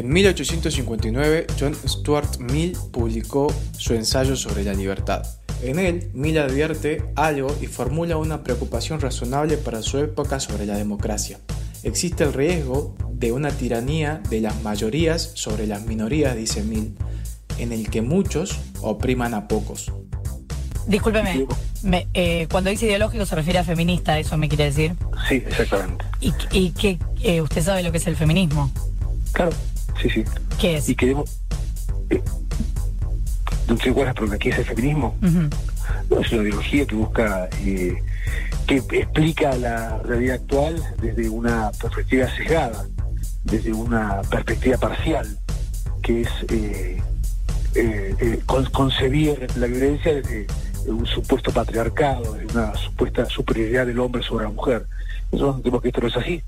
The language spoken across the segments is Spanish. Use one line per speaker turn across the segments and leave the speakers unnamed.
En 1859, John Stuart Mill publicó su ensayo sobre la libertad. En él, Mill advierte algo y formula una preocupación razonable para su época sobre la democracia. Existe el riesgo de una tiranía de las mayorías sobre las minorías, dice Mill, en el que muchos opriman a pocos.
Discúlpeme, cuando dice ideológico se refiere a feminista, ¿eso me quiere decir?
Sí, exactamente.
¿Y qué, usted sabe lo que es el feminismo?
Claro, sí.
¿Qué es?
Y queremos... ¿No te acuerdas por qué es el feminismo?
Uh-huh.
No, es una ideología que busca... que explica la realidad actual desde una perspectiva sesgada, desde una perspectiva parcial, que es concebir la violencia desde un supuesto patriarcado, desde una supuesta superioridad del hombre sobre la mujer. Nosotros entendemos que esto no es así.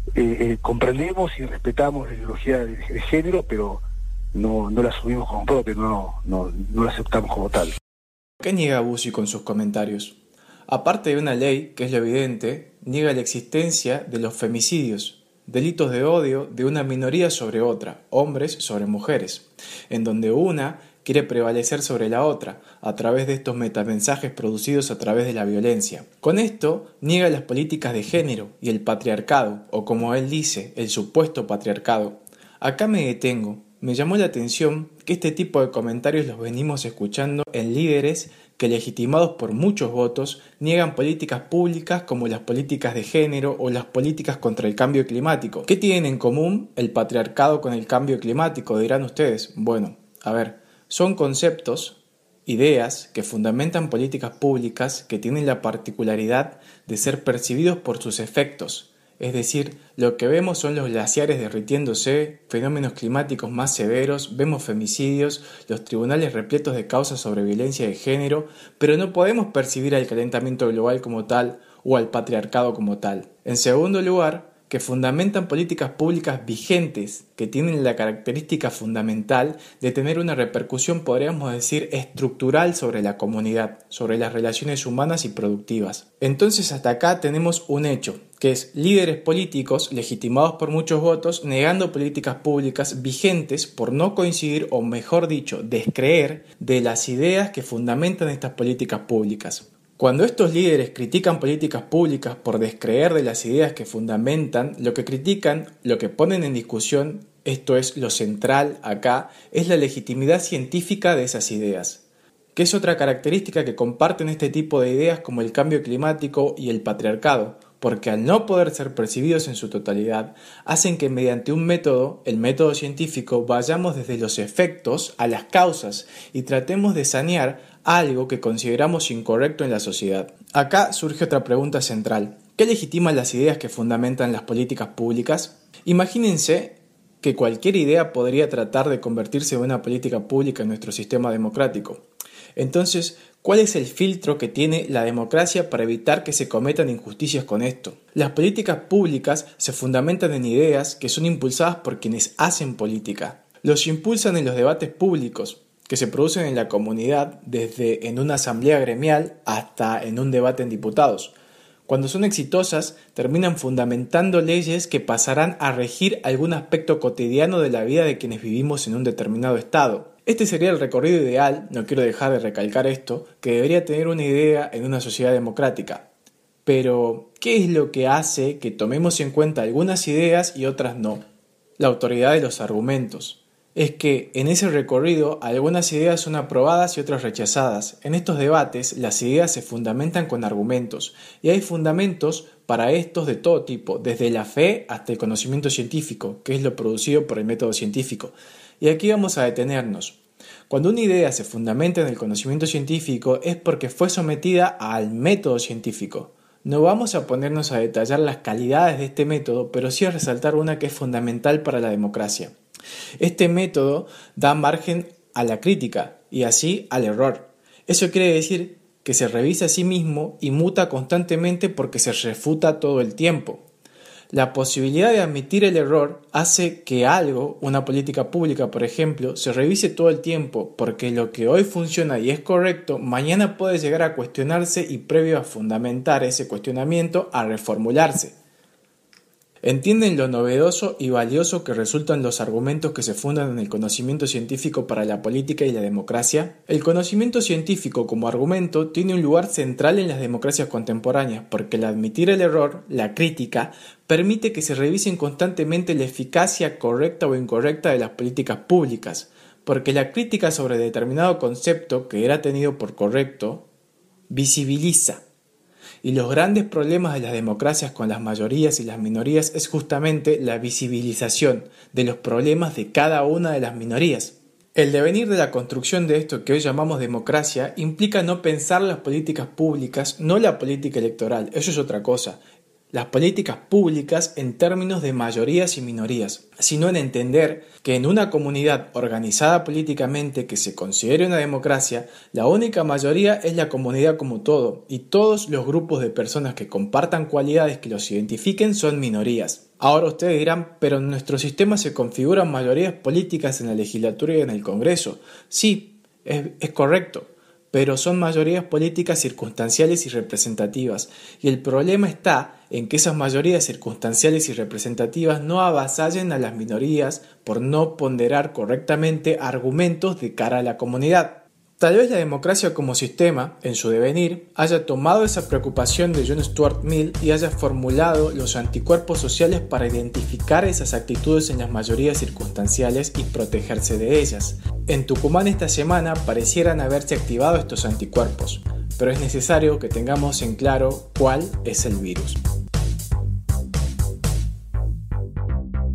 Comprendemos y respetamos la ideología de género, pero no la asumimos como propia, no la aceptamos como tal.
¿Qué niega Bussi con sus comentarios? Aparte de una ley, que es lo evidente, niega la existencia de los femicidios, delitos de odio de una minoría sobre otra, hombres sobre mujeres, en donde una quiere prevalecer sobre la otra, a través de estos metamensajes producidos a través de la violencia. Con esto, niega las políticas de género y el patriarcado, o como él dice, el supuesto patriarcado. Acá me detengo. Me llamó la atención que este tipo de comentarios los venimos escuchando en líderes que, legitimados por muchos votos, niegan políticas públicas como las políticas de género o las políticas contra el cambio climático. ¿Qué tienen en común el patriarcado con el cambio climático? Dirán ustedes. Bueno, a ver, son conceptos, ideas que fundamentan políticas públicas que tienen la particularidad de ser percibidos por sus efectos. Es decir, lo que vemos son los glaciares derritiéndose, fenómenos climáticos más severos, vemos femicidios, los tribunales repletos de causas sobre violencia de género, pero no podemos percibir al calentamiento global como tal o al patriarcado como tal. En segundo lugar, que fundamentan políticas públicas vigentes que tienen la característica fundamental de tener una repercusión, podríamos decir, estructural sobre la comunidad, sobre las relaciones humanas y productivas. Entonces hasta acá tenemos un hecho, que es líderes políticos legitimados por muchos votos negando políticas públicas vigentes por no coincidir o mejor dicho, descreer de las ideas que fundamentan estas políticas públicas. Cuando estos líderes critican políticas públicas por descreer de las ideas que fundamentan, lo que critican, lo que ponen en discusión, esto es lo central acá, es la legitimidad científica de esas ideas, que es otra característica que comparten este tipo de ideas como el cambio climático y el patriarcado, porque al no poder ser percibidos en su totalidad, hacen que mediante un método, el método científico, vayamos desde los efectos a las causas y tratemos de sanear algo que consideramos incorrecto en la sociedad. Acá surge otra pregunta central. ¿Qué legitima las ideas que fundamentan las políticas públicas? Imagínense que cualquier idea podría tratar de convertirse en una política pública en nuestro sistema democrático. Entonces, ¿cuál es el filtro que tiene la democracia para evitar que se cometan injusticias con esto? Las políticas públicas se fundamentan en ideas que son impulsadas por quienes hacen política. Los impulsan en los debates públicos, que se producen en la comunidad, desde en una asamblea gremial hasta en un debate en diputados. Cuando son exitosas, terminan fundamentando leyes que pasarán a regir algún aspecto cotidiano de la vida de quienes vivimos en un determinado estado. Este sería el recorrido ideal, no quiero dejar de recalcar esto, que debería tener una idea en una sociedad democrática. Pero, ¿qué es lo que hace que tomemos en cuenta algunas ideas y otras no? La autoridad de los argumentos. Es que en ese recorrido algunas ideas son aprobadas y otras rechazadas. En estos debates las ideas se fundamentan con argumentos y hay fundamentos para estos de todo tipo, desde la fe hasta el conocimiento científico, que es lo producido por el método científico. Y aquí vamos a detenernos. Cuando una idea se fundamenta en el conocimiento científico es porque fue sometida al método científico. No vamos a ponernos a detallar las calidades de este método, pero sí a resaltar una que es fundamental para la democracia. Este método da margen a la crítica y así al error. Eso quiere decir que se revisa a sí mismo y muta constantemente porque se refuta todo el tiempo. La posibilidad de admitir el error hace que algo, una política pública por ejemplo, se revise todo el tiempo porque lo que hoy funciona y es correcto, mañana puede llegar a cuestionarse y previo a fundamentar ese cuestionamiento, a reformularse. Entienden lo novedoso y valioso que resultan los argumentos que se fundan en el conocimiento científico para la política y la democracia. El conocimiento científico como argumento tiene un lugar central en las democracias contemporáneas, porque al admitir el error, la crítica, permite que se revisen constantemente la eficacia correcta o incorrecta de las políticas públicas, porque la crítica sobre determinado concepto que era tenido por correcto visibiliza. Y los grandes problemas de las democracias con las mayorías y las minorías es justamente la visibilización de los problemas de cada una de las minorías. El devenir de la construcción de esto que hoy llamamos democracia implica no pensar las políticas públicas, no la política electoral, eso es otra cosa. Las políticas públicas en términos de mayorías y minorías, sino en entender que en una comunidad organizada políticamente que se considere una democracia, la única mayoría es la comunidad como todo, y todos los grupos de personas que compartan cualidades que los identifiquen son minorías. Ahora ustedes dirán, pero en nuestro sistema se configuran mayorías políticas en la legislatura y en el Congreso. Sí, es correcto. Pero son mayorías políticas circunstanciales y representativas, y el problema está en que esas mayorías circunstanciales y representativas no avasallen a las minorías por no ponderar correctamente argumentos de cara a la comunidad. Tal vez la democracia como sistema, en su devenir, haya tomado esa preocupación de John Stuart Mill y haya formulado los anticuerpos sociales para identificar esas actitudes en las mayorías circunstanciales y protegerse de ellas. En Tucumán esta semana parecieran haberse activado estos anticuerpos, pero es necesario que tengamos en claro cuál es el virus.